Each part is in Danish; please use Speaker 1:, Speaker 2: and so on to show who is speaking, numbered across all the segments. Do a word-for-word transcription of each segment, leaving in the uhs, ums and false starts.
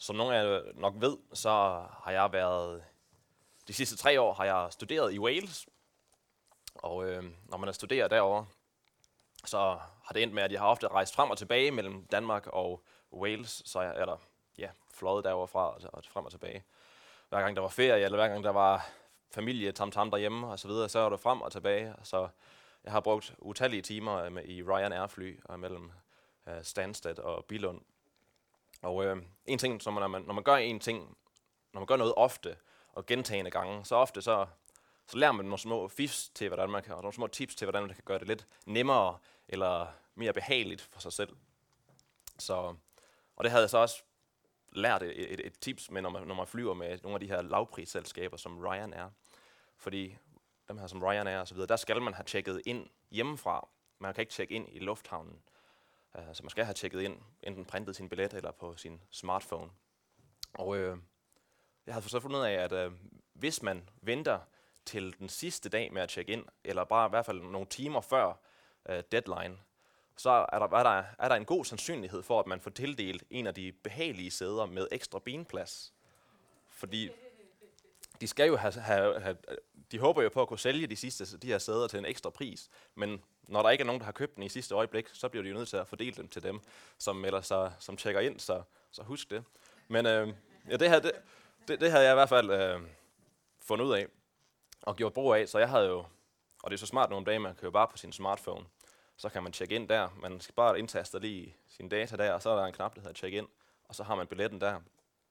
Speaker 1: Som nogle af jer nok ved, så har jeg været, de sidste tre år har jeg studeret i Wales. Og øh, når man er studerer derovre, så har det endt med, at jeg har ofte rejst frem og tilbage mellem Danmark og Wales. Så jeg er der, ja, fløjet derovre fra og frem og tilbage. Hver gang der var ferie, eller hver gang der var familie, tam-tam derhjemme og så videre, så er det frem og tilbage. Så jeg har brugt utallige timer med, i Ryanair-fly og mellem øh, Stansted og Billund. Og øh, en ting, som når man, når man gør en ting, når man gør noget ofte og gentagende gange, så ofte så, så lærer man nogle små fifs til, hvordan man kan, og nogle små tips til, hvordan man kan gøre det lidt nemmere eller mere behageligt for sig selv. Så, og det havde jeg så også lært et, et, et tips med, når man, når man flyver med nogle af de her lavprisselskaber som Ryanair. Fordi dem her som Ryanair og så videre, der skal man have tjekket ind hjemmefra. Man kan ikke tjekke ind i lufthavnen. Uh, så man skal have tjekket ind, enten printet sin billet eller på sin smartphone. Og øh, jeg havde så fundet ud af, at øh, hvis man venter til den sidste dag med at tjekke ind, eller bare i hvert fald nogle timer før øh, deadline, så er der, er, der, er der en god sandsynlighed for, at man får tildelt en af de behagelige sæder med ekstra benplads. Fordi de skal jo have, have, have de håber jo på at kunne sælge de sidste de her sæder til en ekstra pris, men når der ikke er nogen, der har købt den i sidste øjeblik, så bliver de jo nødt til at fordele dem til dem, som melder sig, som tjekker ind, så, så husk det. Men øh, ja, det, her, det, det, det havde jeg i hvert fald øh, fundet ud af og gjort brug af, så jeg havde jo, og det er så smart nogle dage, man kan jo bare på sin smartphone, så kan man tjekke ind der, man skal bare indtaste lige sine data der, og så er der en knap, der hedder tjekke ind, og så har man billetten der.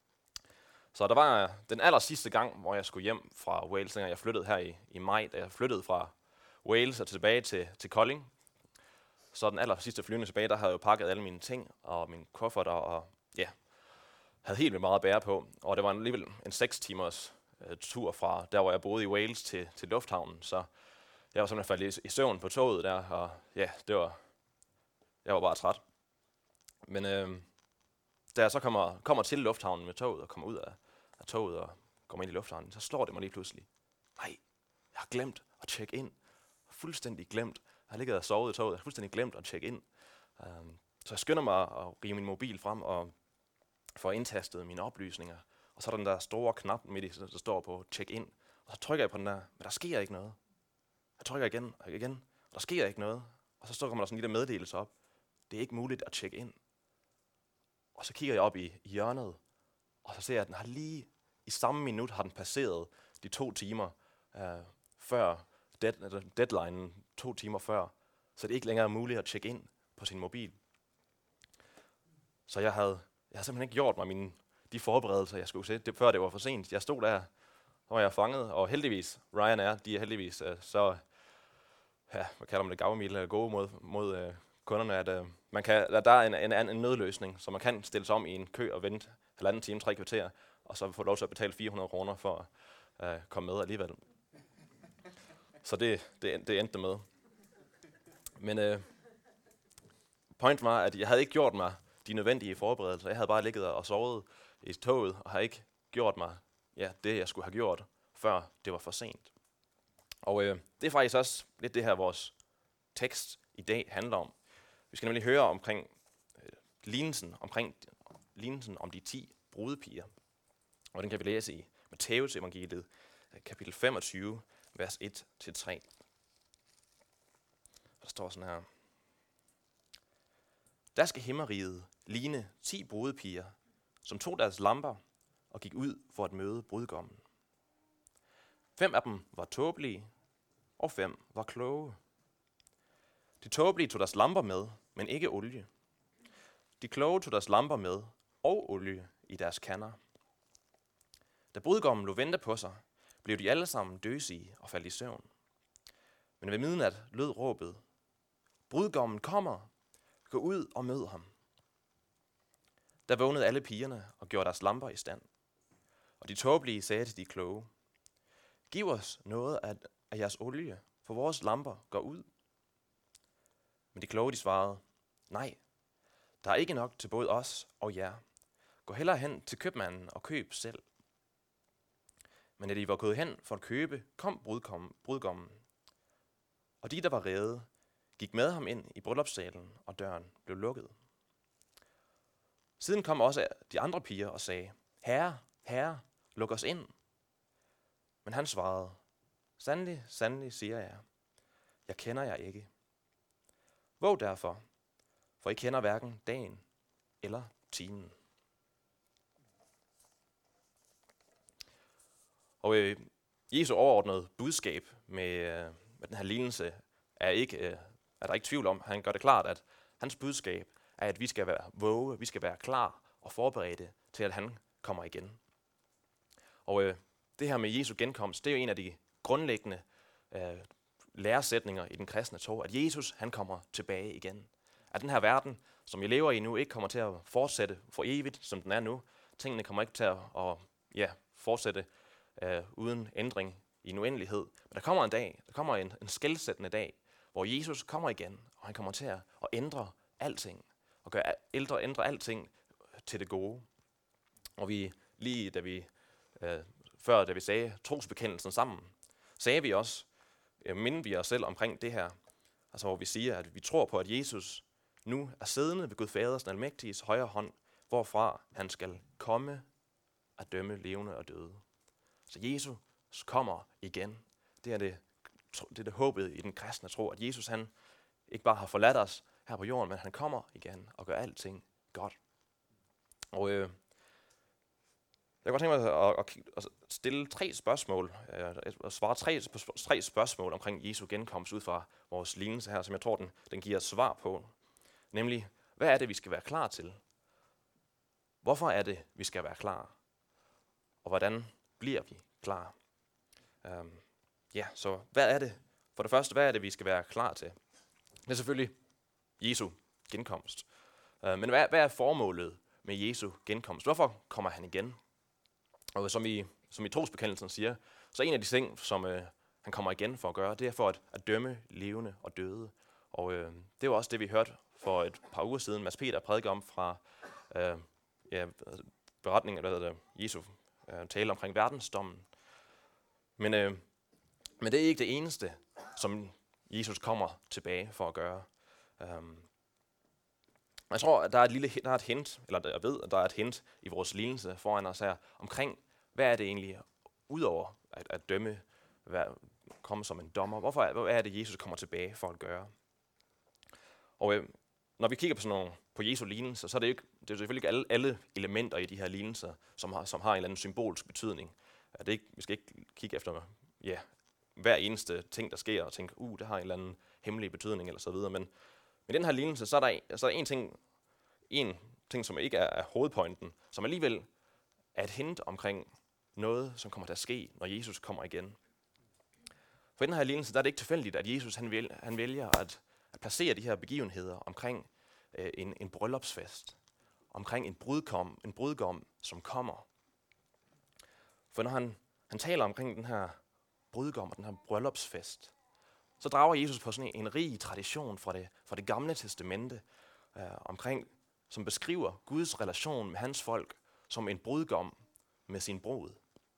Speaker 1: Så der var den aller sidste gang, hvor jeg skulle hjem fra Wales, jeg flyttede her i, i maj, da jeg flyttede fra Wales og tilbage til, til Kolding. Så den aller sidste flyvning tilbage, der havde jeg jo pakket alle mine ting og mine kufferter og ja, havde helt vildt meget at bære på. Og det var alligevel en seks timers uh, tur fra der, hvor jeg boede i Wales til, til lufthavnen. Så jeg var simpelthen faldet i, i søvn på toget der, og ja, det var, jeg var bare træt. Men øh, da jeg så kommer, kommer til lufthavnen med toget og kommer ud af, af toget og kommer ind i lufthavnen, så slår det mig lige pludselig. Nej, jeg har glemt at tjekke ind. Fuldstændig glemt. Jeg har ligget og sovet i toget. Jeg har fuldstændig glemt at tjekke ind. Um, så jeg skynder mig at rive min mobil frem og få indtastet mine oplysninger. Og så er der den der store knap midt i, der står på check in. Og så trykker jeg på den der, men der sker ikke noget. Jeg trykker igen og igen, og der sker ikke noget. Og så kommer der sådan en lille meddelelse op. Det er ikke muligt at tjekke ind. Og så kigger jeg op i hjørnet, og så ser jeg, at den har lige i samme minut har den passeret de to timer uh, før dead, deadline, to timer før, så det ikke længere er muligt at tjekke ind på sin mobil. Så jeg havde, jeg havde simpelthen ikke gjort mig mine, de forberedelser, jeg skulle se, det, før det var for sent. Jeg stod der, så var jeg fanget, og heldigvis, Ryanair, de er heldigvis uh, så, ja, hvad kalder man det, gavmilde, gode mod, mod uh, kunderne, at uh, man kan, der er en, en, en nødløsning, så man kan stille sig om i en kø og vente halvanden time, tre kvarter, og så få lov til at betale fire hundrede kroner for at uh, komme med alligevel. Så det, det, det endte med. Men øh, point var, at jeg havde ikke gjort mig de nødvendige forberedelser. Jeg havde bare ligget og sovet i toget, og havde ikke gjort mig ja, det, jeg skulle have gjort, før det var for sent. Og øh, det er faktisk også lidt det her, vores tekst i dag handler om. Vi skal nemlig høre omkring øh, lignelsen, omkring lignelsen om de ti brudepiger. Og den kan vi læse i Matthæus evangeliet, kapitel femogtyve, vers et til tre. Der står sådan her. Der skal himmeriget ligne ti brudepiger, som tog deres lamper og gik ud for at møde brudgommen. Fem af dem var tåbelige, og fem var kloge. De tåbelige tog deres lamper med, men ikke olie. De kloge tog deres lamper med og olie i deres kander. Da brudgommen lå vente på sig, blev de alle sammen døsige og faldt i søvn. Men ved midnat lød råbet, brudgommen kommer, gå ud og mød ham. Der vågnede alle pigerne og gjorde deres lamper i stand. Og de tåbelige sagde til de kloge, giv os noget af, af jeres olie, for vores lamper går ud. Men de kloge de svarede, nej, der er ikke nok til både os og jer. Gå hellere hen til købmanden og køb selv. Men da de var gået hen for at købe, kom brudgommen. Og de, der var rede, gik med ham ind i bryllupssalen, og døren blev lukket. Siden kom også de andre piger og sagde, Herre, Herre, luk os ind. Men han svarede, sandelig, sandelig, siger jeg, jeg kender jer ikke. Våg derfor, for I kender hverken dagen eller timen. Og øh, Jesu overordnede budskab med, øh, med den her lignelse er, ikke, øh, er der ikke tvivl om. Han gør det klart, at hans budskab er, at vi skal være våge, vi skal være klar og forberedte til, at han kommer igen. Og øh, det her med Jesu genkomst, det er jo en af de grundlæggende øh, læresætninger i den kristne tro, at Jesus han kommer tilbage igen. At den her verden, som vi lever i nu, ikke kommer til at fortsætte for evigt, som den er nu. Tingene kommer ikke til at, at ja, fortsætte øh, uden ændring i en uendelighed. Men der kommer en dag, der kommer en, en skelsættende dag, hvor Jesus kommer igen, og han kommer til at, at ændre alting, og gøre ældre, ændre alting til det gode. Og vi lige da vi øh, før da vi sagde trosbekendelsen sammen, sagde vi også, øh, minder vi os selv omkring det her, altså hvor vi siger, at vi tror på, at Jesus nu er siddende ved Gud Faders den almægtiges højre hånd, hvorfra han skal komme at dømme levende og døde. Så Jesus kommer igen. Det er det, det er det håbet i den kristne tro, at Jesus han ikke bare har forladt os her på jorden, men han kommer igen og gør alting godt. Og øh, jeg kan godt tænke mig at, at, at stille tre spørgsmål, at svare tre, tre spørgsmål omkring Jesu genkomst ud fra vores lignelse her, som jeg tror, den, den giver svar på. Nemlig, hvad er det, vi skal være klar til? Hvorfor er det, vi skal være klar? Og hvordan bliver vi klar? Um, ja, så hvad er det? For det første, hvad er det, vi skal være klar til? Det er selvfølgelig Jesu genkomst. Uh, men hvad, hvad er formålet med Jesu genkomst? Hvorfor kommer han igen? Og som i, som i trosbekendelsen siger, så en af de ting, som øh, han kommer igen for at gøre, det er for at, at dømme levende og døde. Og øh, det var også det, vi hørte for et par uger siden, Mads Peter prædike om fra øh, ja, beretningen, der hedder Jesu øh, tale omkring verdensdommen. Men, øh, men det er ikke det eneste, som Jesus kommer tilbage for at gøre. Um, jeg tror, at der er et lille der er et hint, eller jeg ved, at der er et hint i vores lignelse foran os her, omkring, hvad er det egentlig, udover at, at dømme, hvad, komme som en dommer, hvorfor er, hvad er det, Jesus kommer tilbage for at gøre? Og øh, når vi kigger på sådan nogle, på Jesu lignelser, så er det, ikke, det er selvfølgelig ikke alle, alle elementer i de her lignelser, som har, som har en eller anden symbolsk betydning. At det ikke, vi skal ikke kigge efter ja, hver eneste ting, der sker, og tænke, uh, det har en eller anden hemmelig betydning, eller så videre. Men i den her lignelse, så er der, så er der en, ting, en ting, som ikke er, er hovedpointen, som alligevel er et hint omkring noget, som kommer til at ske, når Jesus kommer igen. For i den her lignelse, der er det ikke tilfældigt, at Jesus han vælger, han vælger at, at placere de her begivenheder omkring øh, en, en bryllupsfest, omkring en brudgom, en brudgom, som kommer. For når han, han taler omkring den her brudgom og den her bryllupsfest, så drager Jesus på sådan en, en rig tradition fra det, fra det gamle testamente, øh, omkring, som beskriver Guds relation med hans folk som en brudgom med sin brud.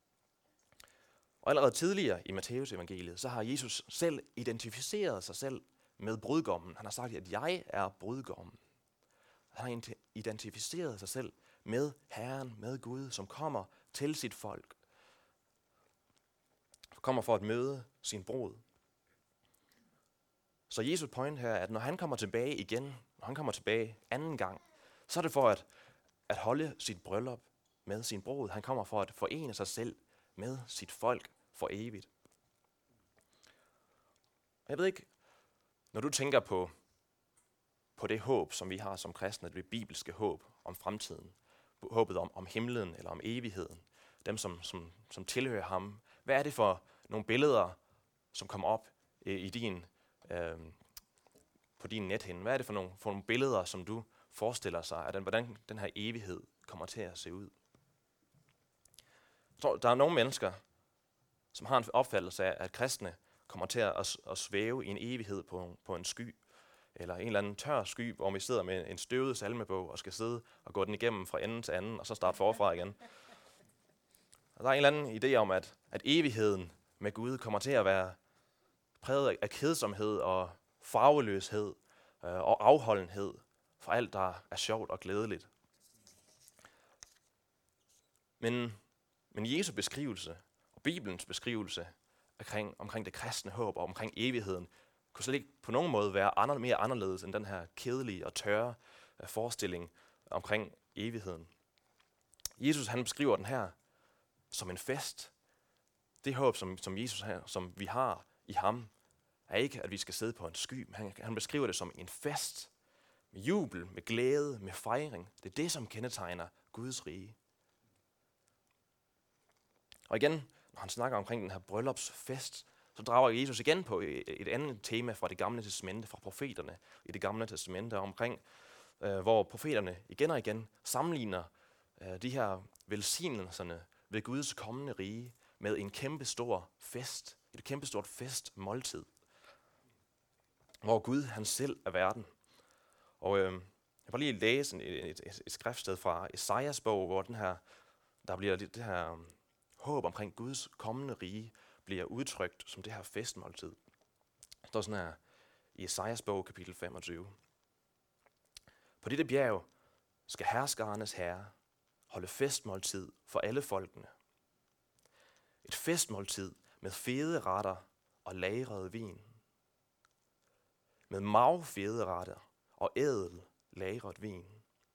Speaker 1: Og allerede tidligere i Matthæus evangeliet, så har Jesus selv identificeret sig selv med brudgommen. Han har sagt, at jeg er brudgommen. Han har identificeret sig selv med Herren, med Gud, som kommer til sit folk. Kommer for at møde sin brud. Så Jesus point her er, at når han kommer tilbage igen, når han kommer tilbage anden gang, så er det for at, at holde sit bryllup med sin brud. Han kommer for at forene sig selv med sit folk for evigt. Jeg ved ikke, når du tænker på, på det håb, som vi har som kristne, det bibelske håb om fremtiden, håbet om, om himlen eller om evigheden, dem som, som, som tilhører ham, hvad er det for nogle billeder, som kommer op i, i din, øh, på din nethinde? Hvad er det for nogle, for nogle billeder, som du forestiller sig, at den, hvordan den her evighed kommer til at se ud? Jeg tror, der er nogle mennesker, som har en opfattelse af, at kristne kommer til at, at svæve i en evighed på, på en sky, eller en eller anden tør sky, hvor vi sidder med en støvet salmebog og skal sidde og gå den igennem fra ende til anden, og så starte forfra igen. Og der er en eller anden idé om, at, at evigheden med Gud kommer til at være præget af kedsomhed og farveløshed øh, og afholdenhed for alt, der er sjovt og glædeligt. Men, men Jesu beskrivelse og Bibelens beskrivelse omkring, omkring det kristne håb og omkring evigheden, kunne slet ikke på nogen måde være andre, mere anderledes end den her kedelige og tørre uh, forestilling omkring evigheden. Jesus han beskriver den her som en fest. Det håb, som, som Jesus her, som vi har i ham, er ikke, at vi skal sidde på en sky, men han, han beskriver det som en fest. Med jubel, med glæde, med fejring. Det er det, som kendetegner Guds rige. Og igen, når han snakker omkring den her bryllupsfest, så drager Jesus igen på et andet tema fra det gamle testamente, fra profeterne i det gamle testamente, omkring, øh, hvor profeterne igen og igen sammenligner øh, de her velsignelserne ved Guds kommende rige med en kæmpe stor fest, et kæmpe stort festmåltid, hvor Gud han selv er verden. Og øh, jeg vil lige læse et, et, et, et skriftsted fra Esajas bog, hvor den her, der bliver det, det her um, håb omkring Guds kommende rige bliver udtrykt som det her festmåltid. Der står sådan her i Esajas bog, kapitel femogtyve. På dette bjerg skal herskernes herre holde festmåltid for alle folkene. Et festmåltid med fede retter og lagret vin. Med magfede retter og ædel lagret vin.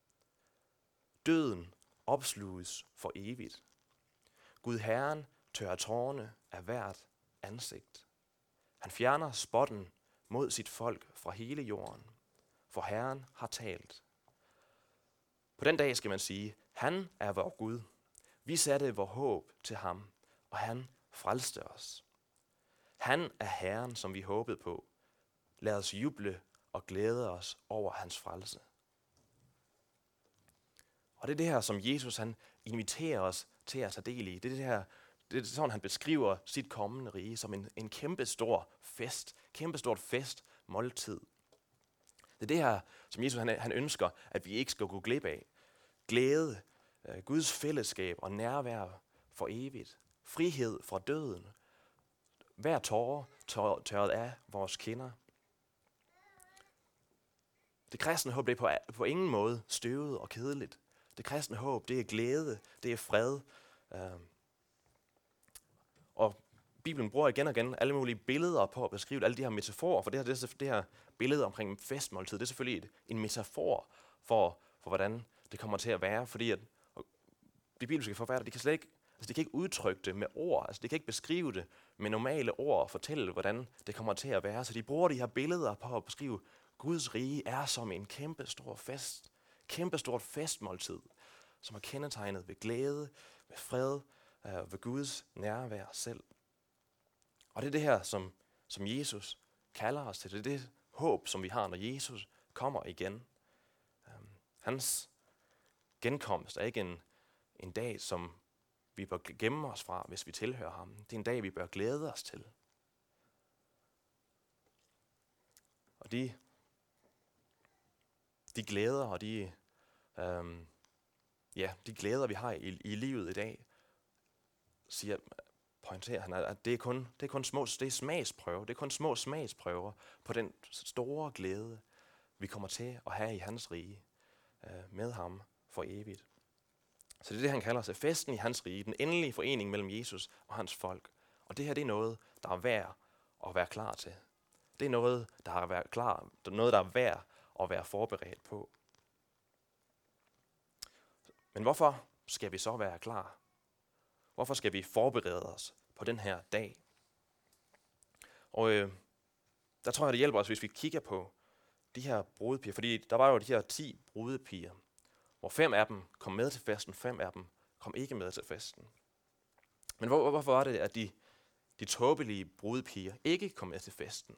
Speaker 1: Døden opsluges for evigt. Gud Herren tørrer tårerne af hvert ansigt. Han fjerner spotten mod sit folk fra hele jorden, for Herren har talt. På den dag skal man sige, han er vor Gud. Vi satte vor håb til ham, og han frelste os. Han er Herren, som vi håbede på. Lad os juble og glæde os over hans frelse. Og det er det her, som Jesus han inviterer os til at tage del i. Det er det her, det er sådan, han beskriver sit kommende rige som en, en kæmpe stor fest, kæmpe stort festmåltid. Det er det her, som Jesus han, han ønsker, at vi ikke skal gå glip af. Glæde, uh, Guds fællesskab og nærvær for evigt. Frihed fra døden. Hver tåre tør, tørret af vores kinder. Det kristne håb det er på, på ingen måde støvet og kedeligt. Det kristne håb, det er glæde, det er fred. Uh, og Bibelen bruger igen og igen alle mulige billeder på at beskrive alle de her metaforer, for det her, det, det her billede omkring festmåltid, det er selvfølgelig et, en metafor for, for, hvordan det kommer til at være, fordi at de bibelske forfattere, de kan slet ikke, altså de kan ikke udtrykke det med ord, altså de kan ikke beskrive det med normale ord og fortælle, hvordan det kommer til at være, så de bruger de her billeder på at beskrive, Guds rige er som en kæmpe stor fest, kæmpe stort festmåltid, som er kendetegnet ved glæde, ved fred, øh, ved Guds nærvær selv. Og det er det her, som, som Jesus kalder os til. Det er det håb, som vi har, når Jesus kommer igen. Um, hans genkomst er ikke en, en dag, som vi bør gemme os fra, hvis vi tilhører ham. Det er en dag, vi bør glæde os til. Og de, de glæder og de, um, ja, de glæder, vi har i, i livet i dag, siger pointerer han, at det er kun, det er kun små, det er smagsprøver, det er kun små smagsprøver på den store glæde, vi kommer til at have i hans rige, øh, med ham for evigt. Så det er det, han kalder sig festen i hans rige, den endelige forening mellem Jesus og hans folk. Og det her, det er noget, der er værd at være klar til. Det er noget, der er værd klar, det er noget, der er værd at være forberedt på. Men hvorfor skal vi så være klar? Hvorfor skal vi forberede os på den her dag? Og øh, der tror jeg, det hjælper os, hvis vi kigger på de her brudepiger. Fordi der var jo de her ti brudepiger, hvor fem af dem kom med til festen, fem af dem kom ikke med til festen. Men hvor, hvorfor var det, at de, de tåbelige brudepiger ikke kom med til festen?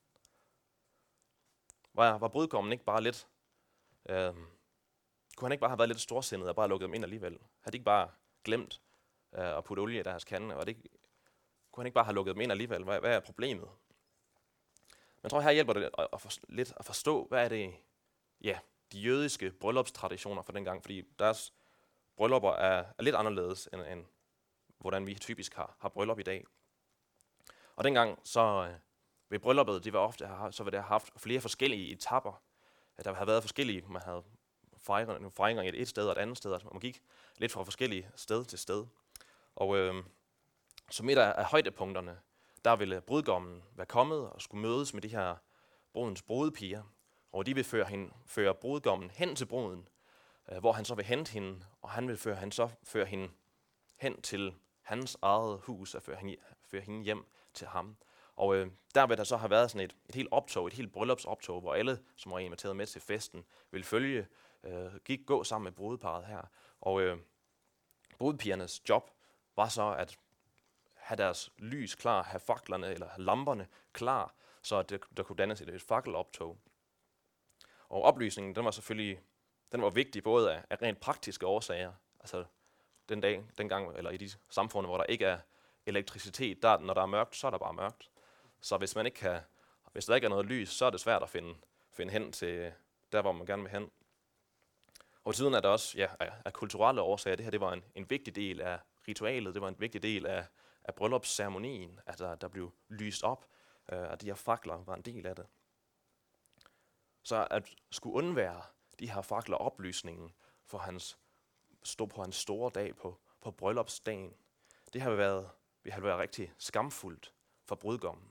Speaker 1: Var, var brudgommen ikke bare lidt... Øh, kunne han ikke bare have været lidt storsindet og bare lukket dem ind alligevel? Havde de ikke bare glemt og putte olie i deres kande, og det kunne han ikke bare have lukket dem ind alligevel. Hvad, hvad er problemet? Men jeg tror, her hjælper det at, at for, lidt at forstå, hvad er det, ja, de jødiske bryllupstraditioner fra dengang, fordi deres bryllupper er, er lidt anderledes, end, end hvordan vi typisk har, har bryllup i dag. Og dengang, så øh, ved brylluppet, det var ofte, så var det haft flere forskellige etapper. Der havde været forskellige, man havde fejringer, fejringer i et sted og et andet sted. Altså man gik lidt fra forskellige sted til sted. Og øh, som et af, af højdepunkterne, der ville brudgommen være kommet og skulle mødes med de her brudens brudepiger. Og de vil føre, hende, føre brudgommen hen til bruden, øh, hvor han så vil hente hende, og han vil føre, han så føre hende hen til hans eget hus og føre hende, føre hende hjem til ham. Og øh, der vil der så have været sådan et, et helt optog, et helt bryllupsoptog, hvor alle, som var inviteret med til festen, ville følge, øh, gik gå sammen med brudeparret her. Og øh, brudepigernes job var så at have deres lys klar, have faklerne eller lamperne klar, så det, der kunne dannes et fakkeloptog. Og oplysningen, den var selvfølgelig, den var vigtig både af, af rent praktiske årsager. Altså den dag, dengang, eller i de samfund, hvor der ikke er elektricitet, der, når der er mørkt, så er der bare mørkt. Så hvis man ikke kan, hvis der ikke er noget lys, så er det svært at finde, finde hen til der, hvor man gerne vil hen. Og siden er der også ja, af, af kulturelle årsager. Det her det var en, en vigtig del af ritualet, det var en vigtig del af, af bryllupsceremonien, at der, der blev lyst op, øh, at de her fakler var en del af det. Så at skulle undvære de her fakler oplysningen for hans stå på hans store dag på, på bryllupsdagen, det har været, det har været rigtig skamfuldt for brudgommen.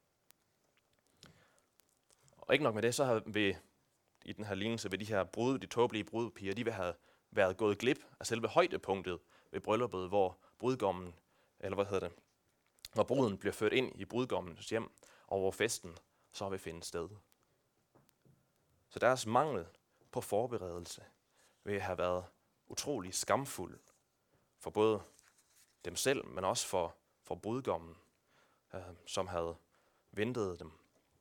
Speaker 1: Og ikke nok med det, så har vi i den her lignelse ved de her brud, de tåbelige brudpiger, de vil have været gået glip af selve højdepunktet ved brylluppet, hvor brudgommen, eller hvad hedder det, hvor bruden bliver ført ind i brudgommens hjem, og hvor festen så vil finde sted. Så deres mangel på forberedelse vil have været utrolig skamfuld for både dem selv, men også for, for brudgommen, øh, som havde ventet dem.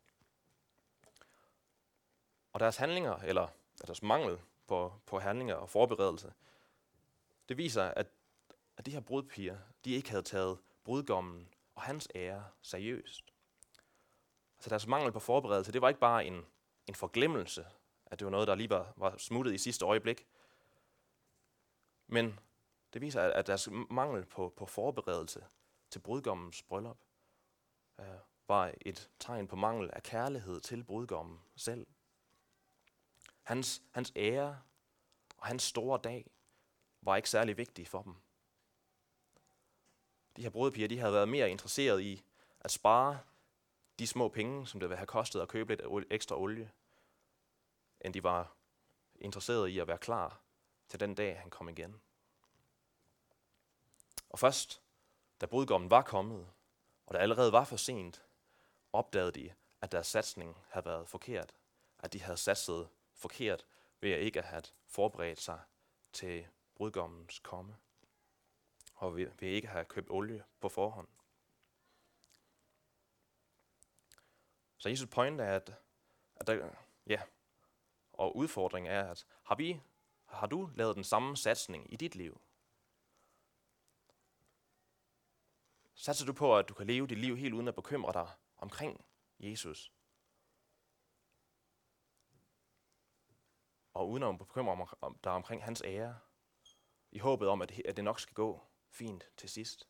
Speaker 1: Og deres handlinger, eller deres mangel på, på handlinger og forberedelse, det viser, at, at de her brudpiger, de ikke havde taget brudgommen og hans ære seriøst. Så deres mangel på forberedelse, det var ikke bare en, en forglemmelse, at det var noget, der lige var, var smuttet i sidste øjeblik. Men det viser, at deres mangel på, på forberedelse til brudgommens bryllup øh, var et tegn på mangel af kærlighed til brudgommen selv. Hans, hans ære og hans store dag var ikke særlig vigtige for dem. De her brudepiger, de havde været mere interesseret i at spare de små penge, som det ville have kostet at købe lidt ekstra olie, end de var interesseret i at være klar til den dag, han kom igen. Og først, da brudgommen var kommet, og det allerede var for sent, opdagede de, at deres satsning havde været forkert. At de havde satset forkert ved at ikke at have forberedt sig til brudgommens komme. Og ved, ved ikke at have købt olie på forhånd. Så Jesus pointe er, at, at der, ja, og udfordringen er, at har, vi, har du lavet den samme satsning i dit liv? Satser du på, at du kan leve dit liv helt uden at bekymre dig omkring Jesus? Og uden at bekymre dig omkring hans ære, i håbet om, at det nok skal gå fint til sidst.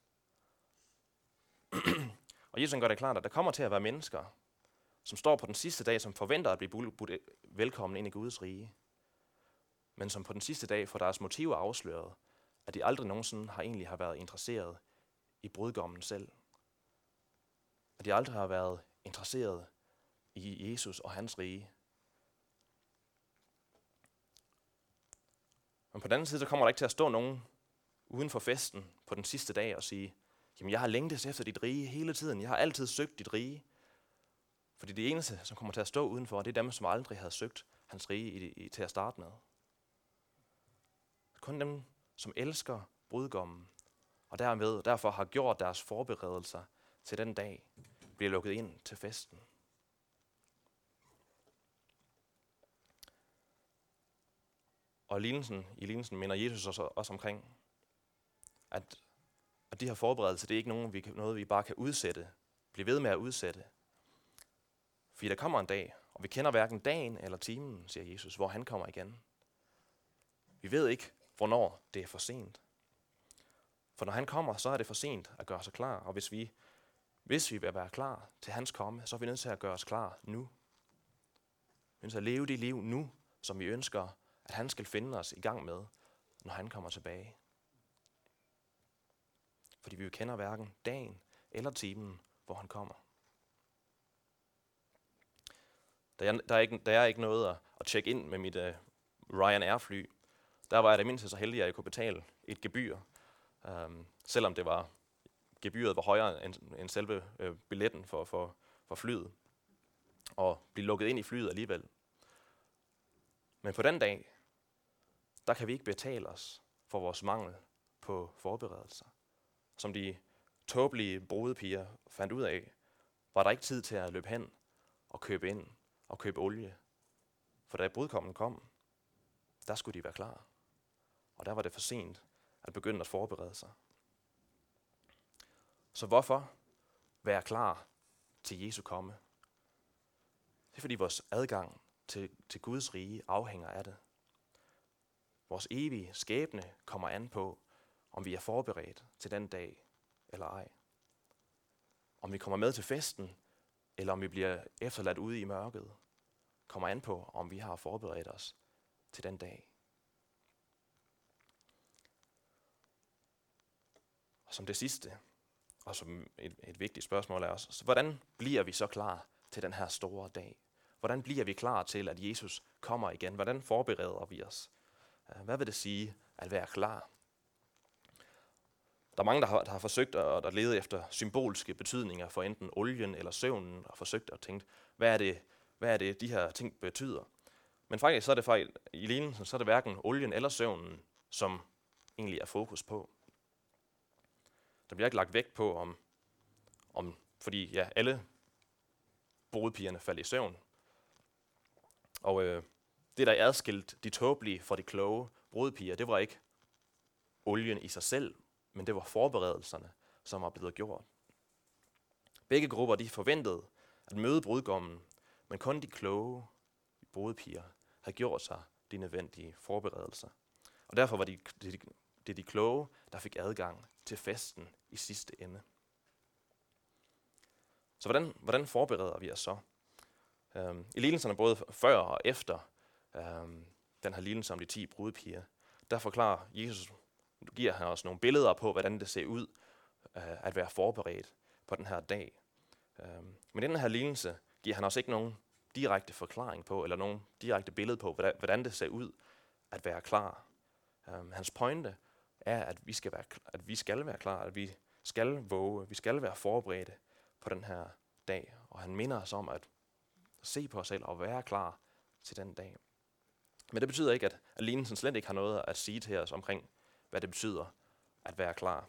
Speaker 1: Og Jesus gør det klart, at der kommer til at være mennesker, som står på den sidste dag, som forventer at blive budt velkommen ind i Guds rige, men som på den sidste dag får deres motiver afsløret, at de aldrig nogensinde har egentlig har været interesseret i brudgommen selv. At de aldrig har været interesseret i Jesus og hans rige. Men på den anden side, så kommer der ikke til at stå nogen uden for festen på den sidste dag og sige, jamen jeg har længtes efter dit rige hele tiden, jeg har altid søgt dit rige. Fordi det eneste, som kommer til at stå udenfor, det er dem, som aldrig havde søgt hans rige i, i, til at starte med. Kun dem, som elsker brudgommen, og dermed derfor har gjort deres forberedelser til den dag, bliver lukket ind til festen. Og i lignelsen, i lignelsen minder Jesus også, også omkring, at, at de her forberedelser, det er ikke nogen, vi kan, noget, vi bare kan udsætte, blive ved med at udsætte. Fordi der kommer en dag, og vi kender hverken dagen eller timen, siger Jesus, hvor han kommer igen. Vi ved ikke, hvornår det er for sent. For når han kommer, så er det for sent at gøre sig klar. Og hvis vi, hvis vi vil være klar til hans komme, så er vi nødt til at gøre os klar nu. Vi er nødt til at leve det liv nu, som vi ønsker, at han skal finde os i gang med, når han kommer tilbage. Fordi vi jo kender hverken dagen eller timen, hvor han kommer. Da jeg, der, er ikke, der er ikke noget at, at tjekke ind med mit uh, Ryanair-fly, der var jeg da mindst så heldig, at jeg kunne betale et gebyr, um, selvom det var gebyret var højere end, end selve uh, billetten for, for, for flyet, og blive lukket ind i flyet alligevel. Men på den dag, der kan vi ikke betale os for vores mangel på forberedelser. Som de tåbelige brudepiger fandt ud af, var der ikke tid til at løbe hen og købe ind og købe olie. For da brudgommen kom, der skulle de være klar. Og der var det for sent at begynde at forberede sig. Så hvorfor være klar til Jesu komme? Det er fordi vores adgang til, til Guds rige afhænger af det. Vores evige skæbne kommer an på, om vi er forberedt til den dag eller ej. Om vi kommer med til festen, eller om vi bliver efterladt ude i mørket, kommer an på, om vi har forberedt os til den dag. Og som det sidste, og som et, et vigtigt spørgsmål er også, så hvordan bliver vi så klar til den her store dag? Hvordan bliver vi klar til, at Jesus kommer igen? Hvordan forbereder vi os? Hvad vil det sige at være klar? Der er mange, der har, der har forsøgt at, at lede efter symbolske betydninger for enten olien eller søvnen, og forsøgt at tænke, hvad er det, hvad er det de her ting betyder? Men faktisk så er det fejl. I lignelsen så er det hverken olien eller søvnen, som egentlig er fokus på. Der bliver ikke lagt vægt på, om, om fordi ja, alle brudepigerne faldt i søvn. Og øh, det, der adskilt de tåbelige fra de kloge brudepiger, det var ikke olien i sig selv, men det var forberedelserne, som var blevet gjort. Begge grupper de forventede at møde brudgommen, men kun de kloge brudepiger havde gjort sig de nødvendige forberedelser. Og derfor var det de, de, de kloge, der fik adgang til festen i sidste ende. Så hvordan, hvordan forbereder vi os så? Øhm, I lignelserne både før og efter øhm, den her lignelse om de ti brudepiger, der forklarer Jesus, giver han os nogle billeder på, hvordan det ser ud øh, at være forberedt på den her dag. Øhm, men den her lignelse giver han os ikke nogen direkte forklaring på, eller nogen direkte billede på, hvordan, hvordan det ser ud at være klar. Øhm, hans pointe er, at vi skal være, at vi skal være klar, at vi skal våge, vi skal være forberedte på den her dag. Og han minder os om at se på os selv og være klar til den dag. Men det betyder ikke, at, at lignelsen slet ikke har noget at sige til os omkring, hvad det betyder at være klar.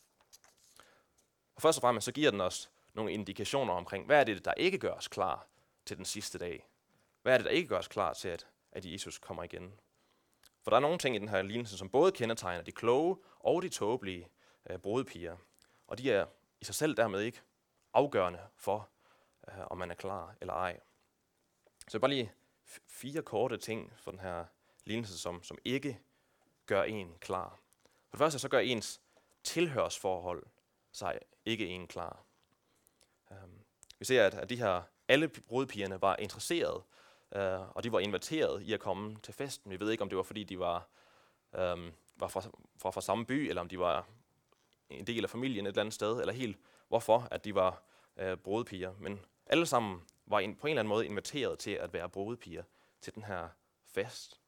Speaker 1: Og først og fremmest så giver den os nogle indikationer omkring, hvad er det, der ikke gør os klar til den sidste dag? Hvad er det, der ikke gør os klar til, at, at Jesus kommer igen? For der er nogle ting i den her lignelse, som både kendetegner de kloge og de tåbelige øh, brudepiger. Og de er i sig selv dermed ikke afgørende for, øh, om man er klar eller ej. Så bare lige f- fire korte ting for den her lignelse, som, som ikke gør en klar. For det første så gør ens tilhørsforhold sig ikke en klar. Um, vi ser, at, at de her alle brudepigerne var interesserede, uh, og de var inviteret i at komme til festen. Vi ved ikke, om det var, fordi de var, um, var fra, fra, fra samme by, eller om de var en del af familien et eller andet sted, eller helt hvorfor, at de var uh, brudepiger. Men alle sammen var en, på en eller anden måde inviteret til at være brudepiger til den her fest.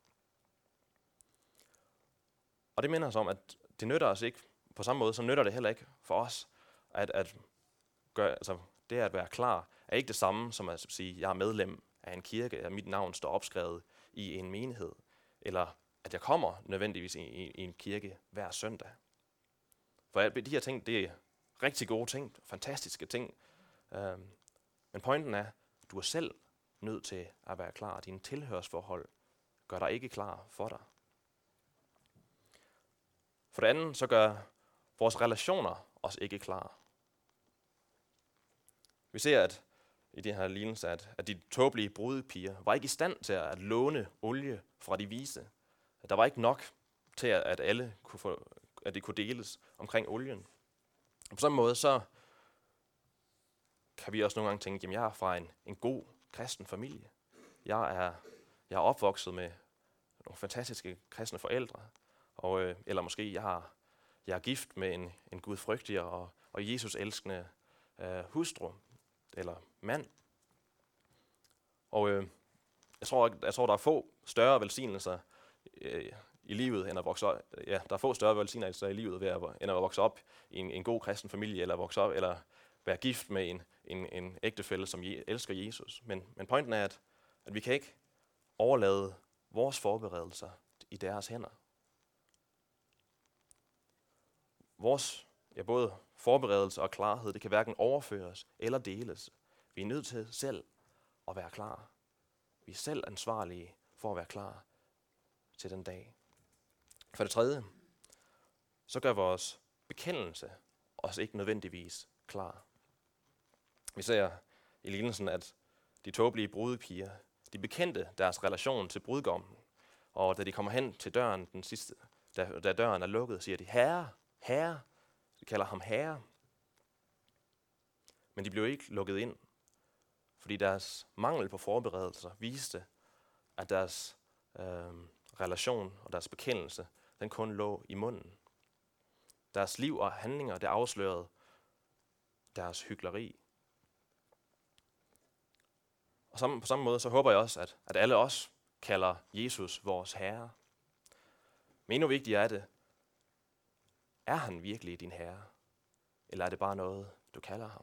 Speaker 1: Og det minder os om, at det nytter os ikke, på samme måde, så nytter det heller ikke for os, at, at gøre, altså det at være klar, er ikke det samme som at sige, at jeg er medlem af en kirke, at mit navn står opskrevet i en menighed, eller at jeg kommer nødvendigvis i, i, i en kirke hver søndag. For de her ting, det er rigtig gode ting, fantastiske ting, øhm, men pointen er, at du er selv nødt til at være klar. Dine tilhørsforhold gør dig ikke klar for dig. For det andet, så gør vores relationer os ikke klar. Vi ser, at i det her lignelse, at, at de tåbelige brudepiger var ikke i stand til at låne olie fra de vise. Der var ikke nok til, at alle kunne få, at det kunne deles omkring olien. Og på samme måde, så kan vi også nogle gange tænke, at jeg er fra en, en god kristen familie. Jeg er, jeg er opvokset med nogle fantastiske kristne forældre, og, øh, eller måske jeg, har, jeg er gift med en, en gudfrygtig og, og Jesus elskende øh, hustru eller mand. Og øh, jeg, tror, jeg tror, der er få større velsignelser øh, i livet, end at vokse op. Ja, der er få større velsignelser i livet, ved at, end at vokse op i en, en god kristen familie, eller vokse op, eller være gift med en, en, en ægtefælle, som je, elsker Jesus. Men, men pointen er, at, at vi kan ikke overlade vores forberedelser i deres hænder. Vores, ja, både forberedelse og klarhed, det kan hverken overføres eller deles. Vi er nødt til selv at være klar. Vi er selv ansvarlige for at være klar til den dag. For det tredje, så gør vores bekendelse os ikke nødvendigvis klar. Vi ser i lignelsen, at de tåbelige brudepiger, de bekendte deres relation til brudgommen, og da de kommer hen til døren, den sidste, da, da døren er lukket, siger de, herre, herre, de kalder ham herre. Men de blev ikke lukket ind, fordi deres mangel på forberedelser viste, at deres øh, relation og deres bekendelse, den kun lå i munden. Deres liv og handlinger, det afslørede deres hykleri. Og sammen, på samme måde, så håber jeg også, at, at alle os kalder Jesus vores herre. Men endnu vigtigere er det, er han virkelig din herre? Eller er det bare noget, du kalder ham?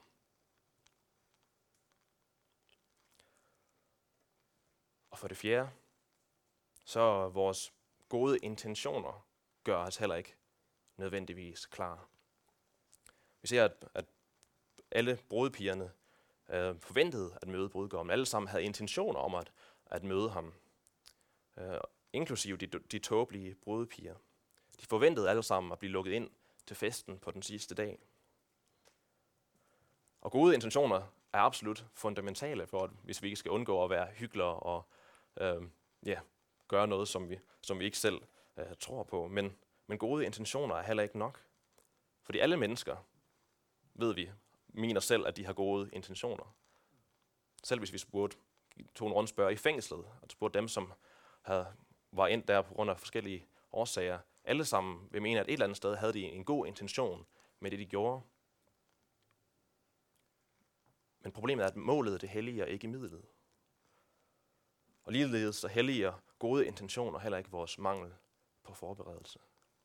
Speaker 1: Og for det fjerde, så vores gode intentioner gør os heller ikke nødvendigvis klar. Vi ser, at, at alle brudepigerne øh, forventede at møde brudgommen. Alle sammen havde intentioner om at, at møde ham. Øh, inklusive de, de tåbelige brudepiger. De forventede alle sammen at blive lukket ind til festen på den sidste dag. Og gode intentioner er absolut fundamentale for, at hvis vi ikke skal undgå at være hyklere og øh, ja, gøre noget, som vi, som vi ikke selv øh, tror på. Men, men gode intentioner er heller ikke nok. Fordi alle mennesker, ved vi, mener selv, at de har gode intentioner. Selv hvis vi spurgte, tog en rundspørg i fængslet, og spurgte dem, som havde, var endt der på grund af forskellige årsager, alle sammen vil mene, at et eller andet sted havde de en god intention med det, de gjorde. Men problemet er, at målet det helliger ikke midlet. Og ligeledes så helliger gode intentioner heller ikke vores mangel på forberedelse.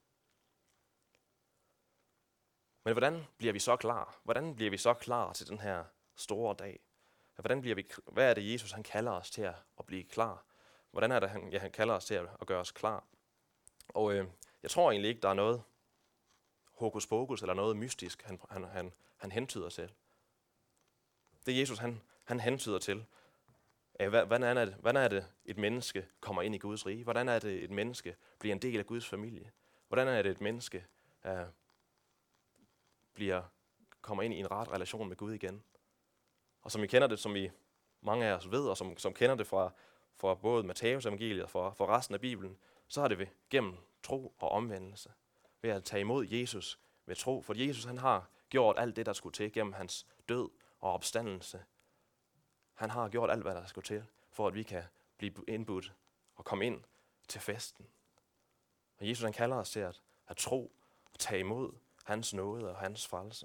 Speaker 1: Men hvordan bliver vi så klar? Hvordan bliver vi så klar til den her store dag? Hvordan bliver vi, hvad er det, Jesus han kalder os til at, at blive klar? Hvordan er det, han, ja, han kalder os til at, at gøre os klar? Og øh, jeg tror egentlig ikke, der er noget hokus pokus eller noget mystisk, han, han, han, han hentyder til. Det Jesus, han, han hentyder til, er, hvordan er, det, hvordan er det, et menneske kommer ind i Guds rige? Hvordan er det, et menneske bliver en del af Guds familie? Hvordan er det, et menneske uh, bliver, kommer ind i en ret relation med Gud igen? Og som vi kender det, som vi mange af os ved, og som, som kender det fra, fra både Matthæus evangeliet og fra, fra resten af Bibelen, så er det ved, gennem tro og omvendelse. Ved at tage imod Jesus ved tro. For Jesus han har gjort alt det, der skulle til gennem hans død og opstandelse. Han har gjort alt, hvad der skulle til, for at vi kan blive indbudt og komme ind til festen. Og Jesus han kalder os til at, at tro og tage imod hans nåde og hans frelse.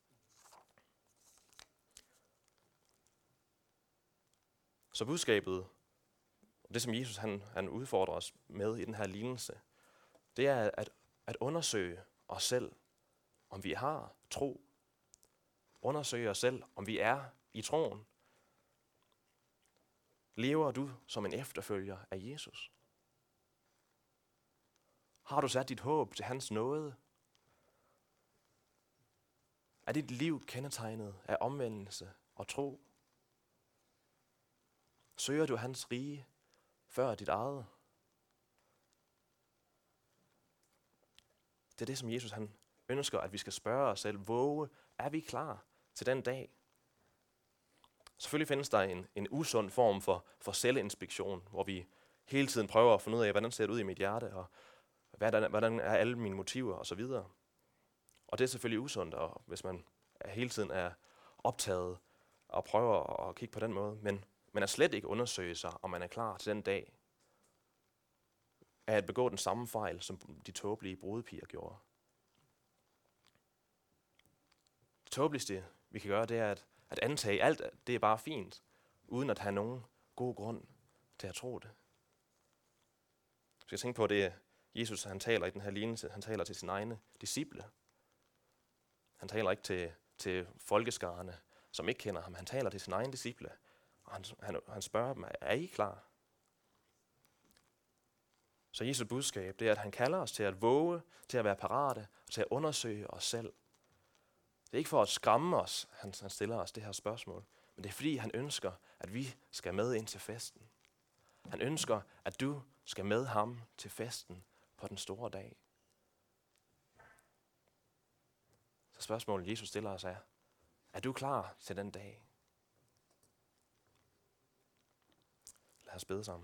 Speaker 1: Så budskabet, det som Jesus han, han udfordrer os med i den her lignelse, det er at, at undersøge os selv, om vi har tro. Undersøge os selv, om vi er i troen. Lever du som en efterfølger af Jesus? Har du sat dit håb til hans nåde? Er dit liv kendetegnet af omvendelse og tro? Søger du hans rige før dit eget? Det er det, som Jesus han ønsker, at vi skal spørge os selv. Våge, er vi klar til den dag? Selvfølgelig findes der en, en usund form for, for selvinspektion, hvor vi hele tiden prøver at finde ud af, hvordan ser det ud i mit hjerte, og hvordan, hvordan er alle mine motiver osv. Og det er selvfølgelig usundt, og hvis man hele tiden er optaget og prøver at kigge på den måde, men man er slet ikke undersøge sig, om man er klar til den dag. af at begå den samme fejl, som de tåbelige brudepiger gjorde. Det tåbeligste, vi kan gøre, det er at, at antage alt, det er bare fint, uden at have nogen god grund til at tro det. Vi skal tænke på det, Jesus han taler i den her lignelse. Han taler til sine egne disciple. Han taler ikke til, til folkeskarerne, som ikke kender ham. Han taler til sine egne disciple. Og han, han, han spørger dem, er I klar? Så Jesu budskab, det er, at han kalder os til at våge, til at være parate, og til at undersøge os selv. Det er ikke for at skræmme os, han, han stiller os det her spørgsmål, men det er fordi, han ønsker, at vi skal med ind til festen. Han ønsker, at du skal med ham til festen på den store dag. Så spørgsmålet, Jesus stiller os er, er du klar til den dag? Lad os bede sammen.